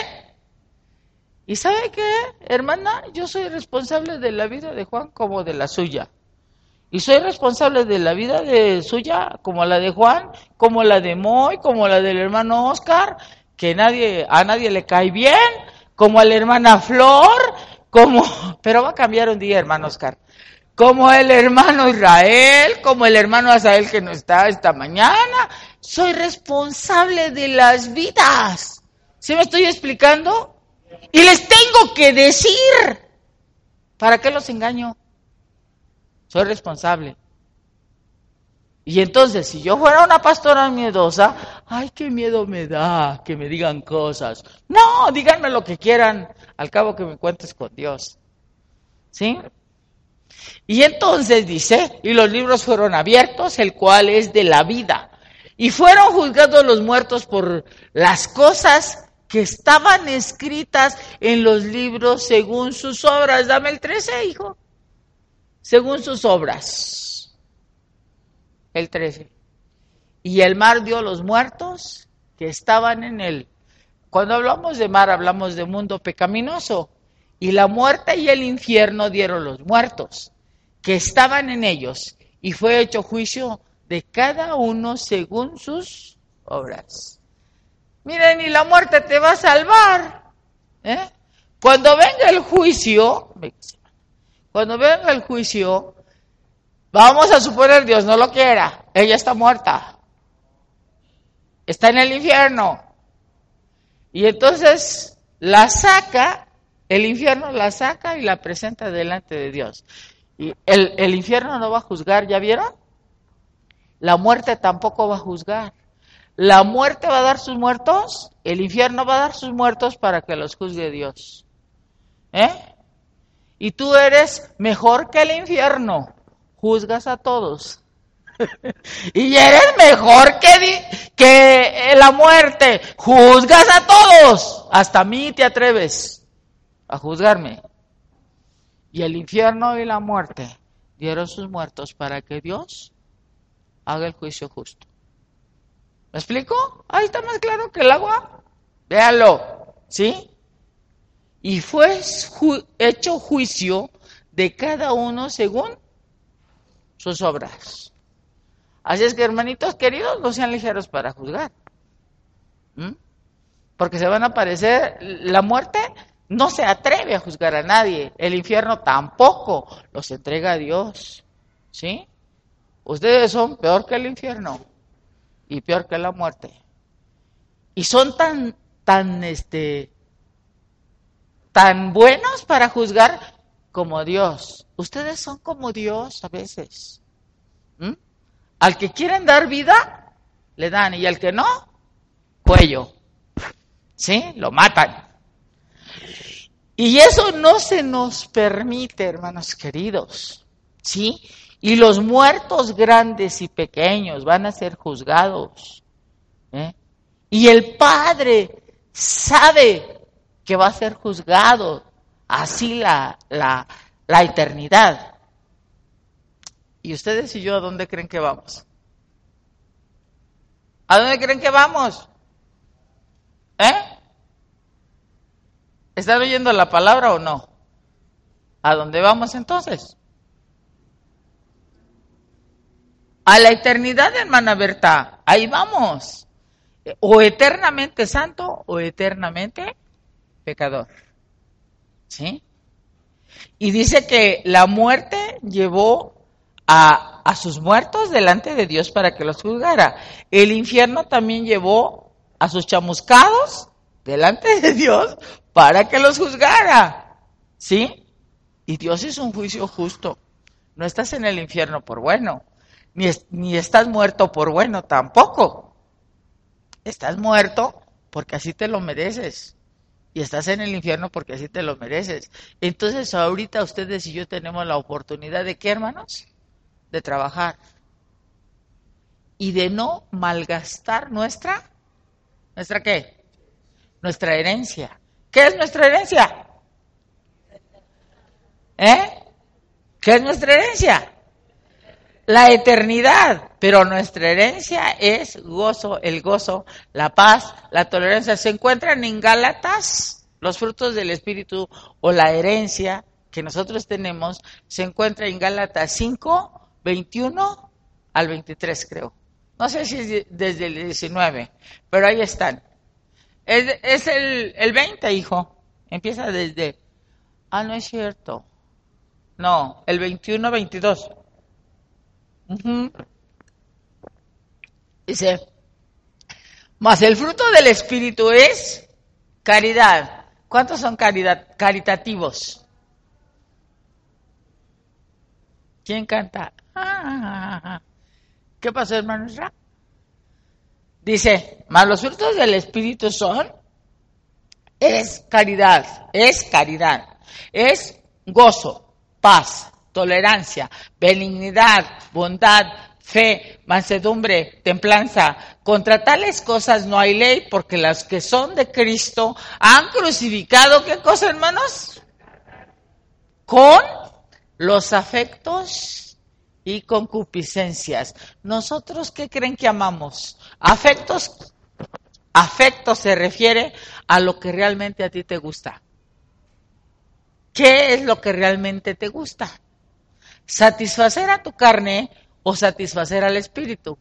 ¿Y sabe qué, hermana? Yo soy responsable de la vida de Juan como de la suya. Y soy responsable de la vida de suya, como la de Juan, como la de Moy, como la del hermano Oscar, que a nadie le cae bien, como a la hermana Flor, pero va a cambiar un día, hermano Oscar, como el hermano Israel, como el hermano Asael que no está esta mañana. Soy responsable de las vidas. ¿Sí me estoy explicando? Y les tengo que decir, ¿para qué los engaño? Soy responsable. Y entonces, si yo fuera una pastora miedosa, ay, qué miedo me da que me digan cosas. No, díganme lo que quieran, al cabo que me cuentes con Dios. ¿Sí? Y entonces dice, y los libros fueron abiertos, el cual es de la vida. Y fueron juzgados los muertos por las cosas que estaban escritas en los libros según sus obras. Dame el 13, hijo. Según sus obras. El 13. Y el mar dio los muertos que estaban en él. Cuando hablamos de mar, hablamos de mundo pecaminoso. Y la muerte y el infierno dieron los muertos que estaban en ellos. Y fue hecho juicio de cada uno según sus obras. Miren, y la muerte te va a salvar. Cuando venga el juicio... Cuando venga el juicio, vamos a suponer Dios no lo quiera, ella está muerta, está en el infierno, y entonces la saca, el infierno la saca y la presenta delante de Dios. Y el infierno no va a juzgar, ¿ya vieron? La muerte tampoco va a juzgar. La muerte va a dar sus muertos, el infierno va a dar sus muertos para que los juzgue Dios. Y tú eres mejor que el infierno, juzgas a todos. Y eres mejor que la muerte, juzgas a todos. Hasta a mí te atreves. a juzgarme. Y el infierno y la muerte dieron sus muertos para que Dios haga el juicio justo. ¿Me explico? Ahí está más claro que el agua. Véanlo, ¿sí? Y fue hecho juicio de cada uno según sus obras. Así es que, hermanitos queridos, no sean ligeros para juzgar. Porque se van a aparecer, la muerte no se atreve a juzgar a nadie, el infierno tampoco, los entrega a Dios, ¿sí? Ustedes son peor que el infierno y peor que la muerte. Y son tan buenos para juzgar como Dios. Ustedes son como Dios a veces. Al que quieren dar vida, le dan, y al que no, cuello. ¿Sí? Lo matan. Y eso no se nos permite, hermanos queridos, ¿sí? Y los muertos grandes y pequeños van a ser juzgados, Y el Padre sabe que va a ser juzgado, así la eternidad. ¿Y ustedes y yo a dónde creen que vamos? ¿A dónde creen que vamos? ¿Están oyendo la palabra o no? ¿A dónde vamos entonces? A la eternidad, hermana Berta. Ahí vamos. O eternamente santo o eternamente pecador. ¿Sí? Y dice que la muerte llevó a sus muertos delante de Dios para que los juzgara. El infierno también llevó a sus chamuscados delante de Dios para que los juzgara, ¿sí? Y Dios hizo un juicio justo. No estás en el infierno por bueno, ni estás muerto por bueno tampoco. Estás muerto porque así te lo mereces. Y estás en el infierno porque así te lo mereces. Entonces ahorita ustedes y yo tenemos la oportunidad de ¿qué, hermanos? De trabajar. Y de no malgastar ¿nuestra qué? Nuestra herencia. ¿Qué es nuestra herencia? ¿Qué es nuestra herencia? La eternidad. Pero nuestra herencia es gozo, el gozo, la paz, la tolerancia. Se encuentran en Gálatas, los frutos del Espíritu o la herencia que nosotros tenemos, se encuentra en Gálatas 5, 21 al 23, creo. No sé si es desde el 19, pero ahí están. Es el 20, hijo. Empieza desde... no es cierto. No, el 21, 22. Dice, mas el fruto del Espíritu es caridad. ¿Cuántos son caritativos? ¿Quién canta? ¿Qué pasó, hermano? Dice, mas los frutos del Espíritu es caridad, es gozo, paz, tolerancia, benignidad, bondad, fe, mansedumbre, templanza. Contra tales cosas no hay ley, porque las que son de Cristo han crucificado, ¿qué cosa, hermanos? Con los afectos y concupiscencias. ¿Nosotros qué creen que amamos? Afectos se refiere a lo que realmente a ti te gusta. ¿Qué es lo que realmente te gusta? ¿Satisfacer a tu carne o satisfacer al espíritu?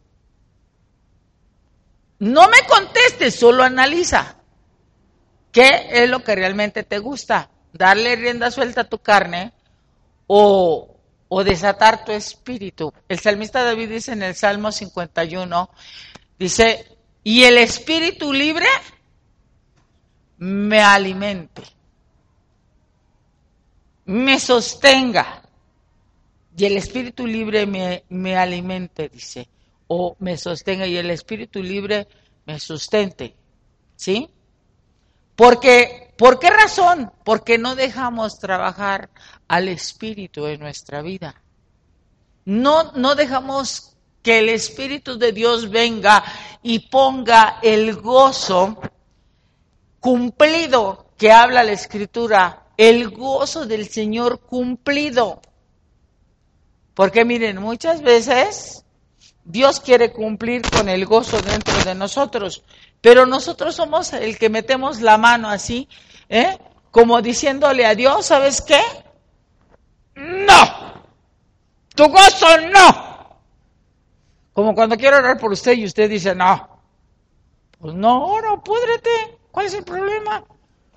No me contestes, solo analiza. ¿Qué es lo que realmente te gusta? ¿Darle rienda suelta a tu carne o desatar tu espíritu? El salmista David dice en el Salmo 51, dice, y el espíritu libre me alimente, me sostenga, y el espíritu libre me alimente, dice, o me sostenga, y el espíritu libre me sustente, ¿sí? Porque, ¿por qué razón? Porque no dejamos trabajar al espíritu en nuestra vida. No dejamos que el Espíritu de Dios venga y ponga el gozo cumplido que habla la Escritura el gozo del Señor cumplido. Porque miren, muchas veces Dios quiere cumplir con el gozo dentro de nosotros, pero nosotros somos el que metemos la mano así, como diciéndole a Dios, ¿sabes qué? ¡No! ¡Tu gozo no! Como cuando quiero orar por usted y usted dice, no. Pues no, ora, púdrete. ¿Cuál es el problema?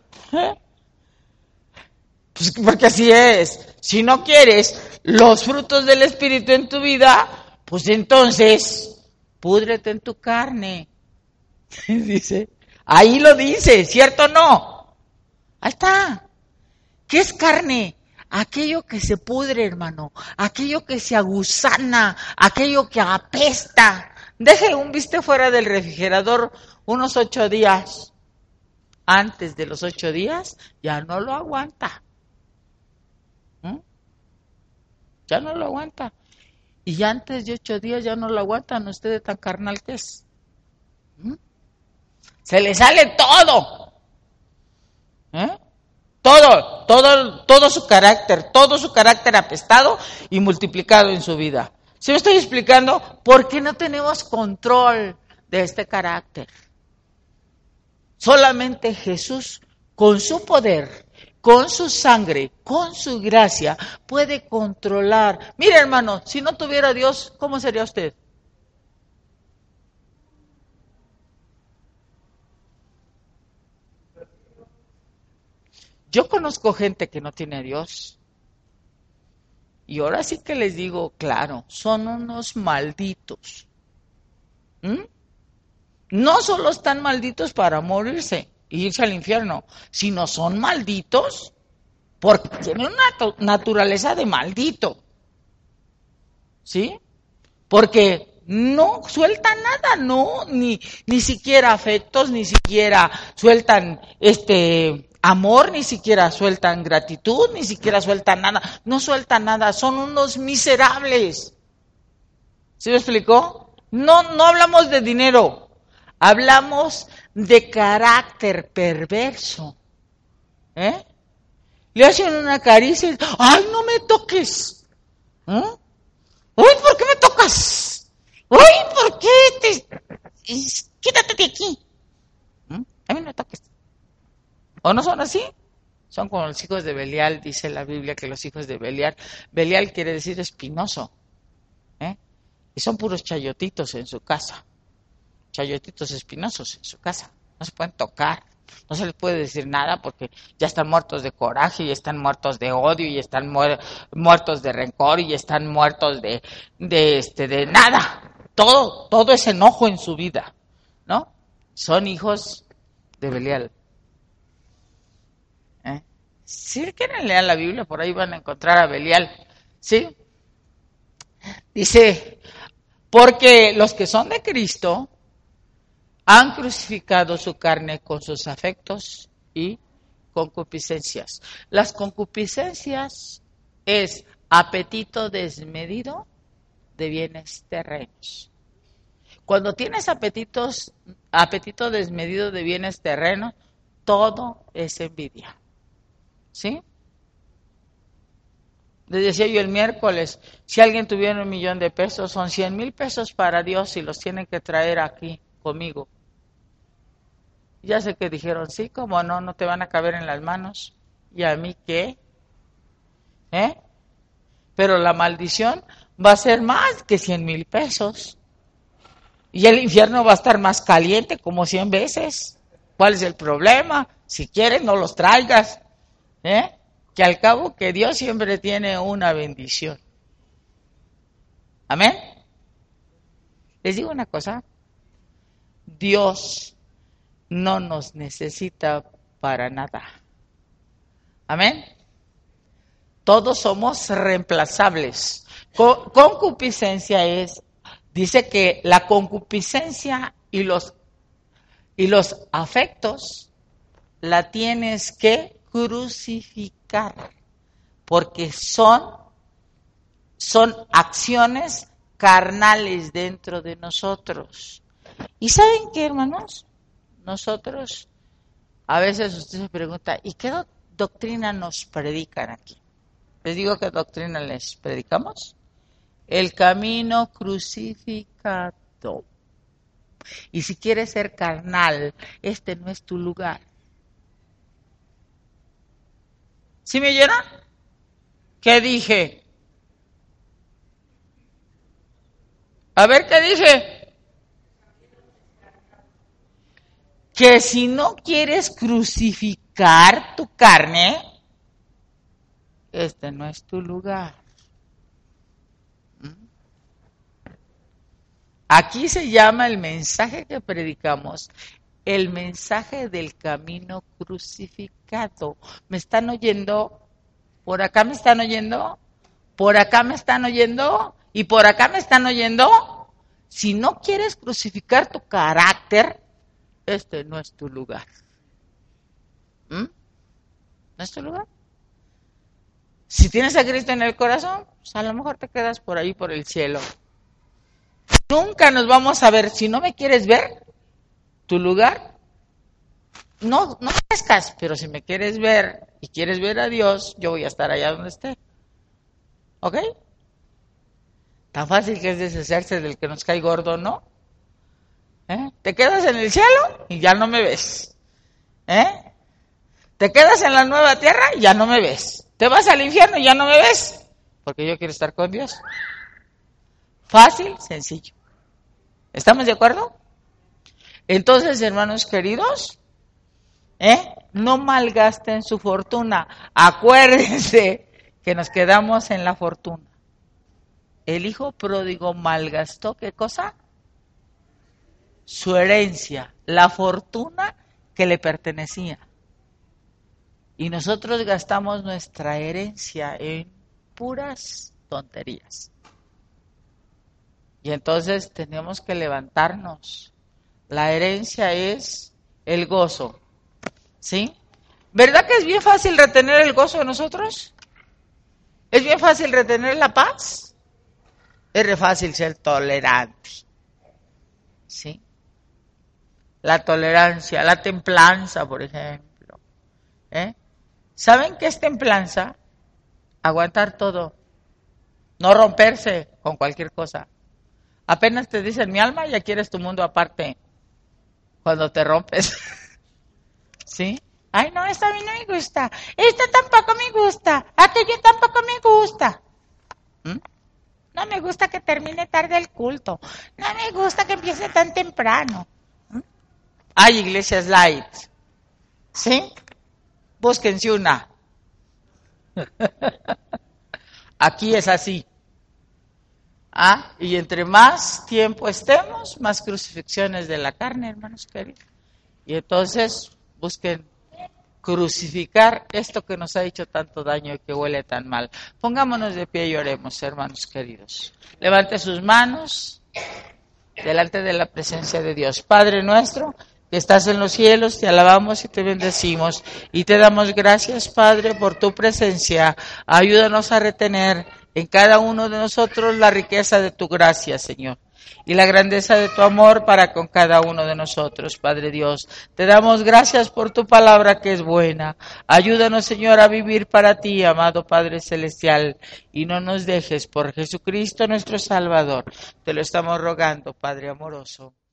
Pues porque así es. Si no quieres los frutos del Espíritu en tu vida, pues entonces, púdrete en tu carne. Dice, ahí lo dice, ¿cierto o no? Ahí está. ¿Qué es carne? Aquello que se pudre, hermano. Aquello que se aguzana. Aquello que apesta. Deje un bistec fuera del refrigerador unos 8 días. Antes de los 8 días, ya no lo aguanta. Ya no lo aguanta. Y ya antes de 8 días ya no lo aguantan. Ustedes tan carnal que es. Se le sale todo. Todo su carácter apestado y multiplicado en su vida. ¿Sí me estoy explicando? Porque no tenemos control de este carácter. Solamente Jesús, con su poder, con su sangre, con su gracia, puede controlar. Mire, hermano, si no tuviera Dios, ¿cómo sería usted? Yo conozco gente que no tiene a Dios. Y ahora sí que les digo, claro, son unos malditos. No solo están malditos para morirse e irse al infierno, sino son malditos porque tienen una naturaleza de maldito. ¿Sí? Porque no sueltan nada, no, ni siquiera afectos, ni siquiera sueltan amor, ni siquiera sueltan gratitud, ni siquiera sueltan nada, no sueltan nada, son unos miserables. ¿Sí me explicó? No hablamos de dinero, hablamos de carácter perverso. Le hacen una caricia y, ¡ay, no me toques! ¡Uy, ¿por qué me tocas? ¡Uy, por qué quítate de aquí! A mí no me toques. ¿O no son así? Son como los hijos de Belial, dice la Biblia que los hijos de Belial quiere decir espinoso. Y son puros chayotitos en su casa. Chayotitos espinosos en su casa. No se pueden tocar. No se les puede decir nada porque ya están muertos de coraje, y están muertos de odio, y están muertos de rencor, y están muertos de nada. Todo es enojo en su vida, ¿no? Son hijos de Belial. Si quieren leer la Biblia, por ahí van a encontrar a Belial, ¿sí? Dice, porque los que son de Cristo han crucificado su carne con sus afectos y concupiscencias. Las concupiscencias es apetito desmedido de bienes terrenos. Cuando tienes apetito desmedido de bienes terrenos, todo es envidia. ¿Sí? Les decía yo el miércoles, si alguien tuviera $1,000,000, son 100,000 pesos para Dios y los tienen que traer aquí conmigo. Ya sé que dijeron, sí, como no te van a caber en las manos. ¿Y a mí qué? Pero la maldición va a ser más que 100,000 pesos. Y el infierno va a estar más caliente como 100 veces. ¿Cuál es el problema? Si quieres, no los traigas. Que al cabo que Dios siempre tiene una bendición. ¿Amén? Les digo una cosa. Dios no nos necesita para nada. ¿Amén? Todos somos reemplazables. Concupiscencia dice que la concupiscencia y los afectos la tienes que crucificar, porque son acciones carnales dentro de nosotros. ¿Y saben qué, hermanos? Nosotros, a veces usted se pregunta, ¿y doctrina nos predican aquí? Les digo qué doctrina les predicamos. El camino crucificado. Y si quieres ser carnal, este no es tu lugar. ¿Sí me oyeron? ¿Qué dije? A ver, ¿qué dije? Que si no quieres crucificar tu carne, este no es tu lugar. Aquí se llama el mensaje que predicamos, el mensaje del camino crucificado. ¿Me están oyendo? ¿Por acá me están oyendo? ¿Por acá me están oyendo? ¿Y por acá me están oyendo? Si no quieres crucificar tu carácter, este no es tu lugar. ¿No es tu lugar? Si tienes a Cristo en el corazón, pues a lo mejor te quedas por ahí, por el cielo. Nunca nos vamos a ver. Si no me quieres ver, tu lugar, no crezcas, pero si me quieres ver y quieres ver a Dios, yo voy a estar allá donde esté. ¿Ok? Tan fácil que es deshacerse del que nos cae gordo, ¿no? Te quedas en el cielo y ya no me ves. Te quedas en la nueva tierra y ya no me ves. Te vas al infierno y ya no me ves, porque yo quiero estar con Dios. Fácil, sencillo. ¿Estamos de acuerdo? Entonces, hermanos queridos, no malgasten su fortuna. Acuérdense que nos quedamos en la fortuna. El hijo pródigo malgastó, ¿qué cosa? Su herencia, la fortuna que le pertenecía. Y nosotros gastamos nuestra herencia en puras tonterías. Y entonces tenemos que levantarnos. La herencia es el gozo. ¿Sí? ¿Verdad que es bien fácil retener el gozo de nosotros? ¿Es bien fácil retener la paz? Es re fácil ser tolerante. ¿Sí? La tolerancia, la templanza, por ejemplo. ¿Saben qué es templanza? Aguantar todo. No romperse con cualquier cosa. Apenas te dicen mi alma, ya quieres tu mundo aparte. Cuando te rompes. ¿Sí? Ay, no, esta a mí no me gusta. Esta tampoco me gusta. Aquello tampoco me gusta. No me gusta que termine tarde el culto. No me gusta que empiece tan temprano. Hay iglesias light. ¿Sí? Búsquense una. Aquí es así. Y entre más tiempo estemos, más crucifixiones de la carne, hermanos queridos. Y entonces busquen crucificar esto que nos ha hecho tanto daño y que huele tan mal. Pongámonos de pie y oremos, hermanos queridos. Levante sus manos delante de la presencia de Dios. Padre nuestro, que estás en los cielos, te alabamos y te bendecimos. Y te damos gracias, Padre, por tu presencia. Ayúdanos a retener en cada uno de nosotros la riqueza de tu gracia, Señor, y la grandeza de tu amor para con cada uno de nosotros, Padre Dios. Te damos gracias por tu palabra que es buena. Ayúdanos, Señor, a vivir para ti, amado Padre Celestial, y no nos dejes por Jesucristo nuestro Salvador. Te lo estamos rogando, Padre amoroso.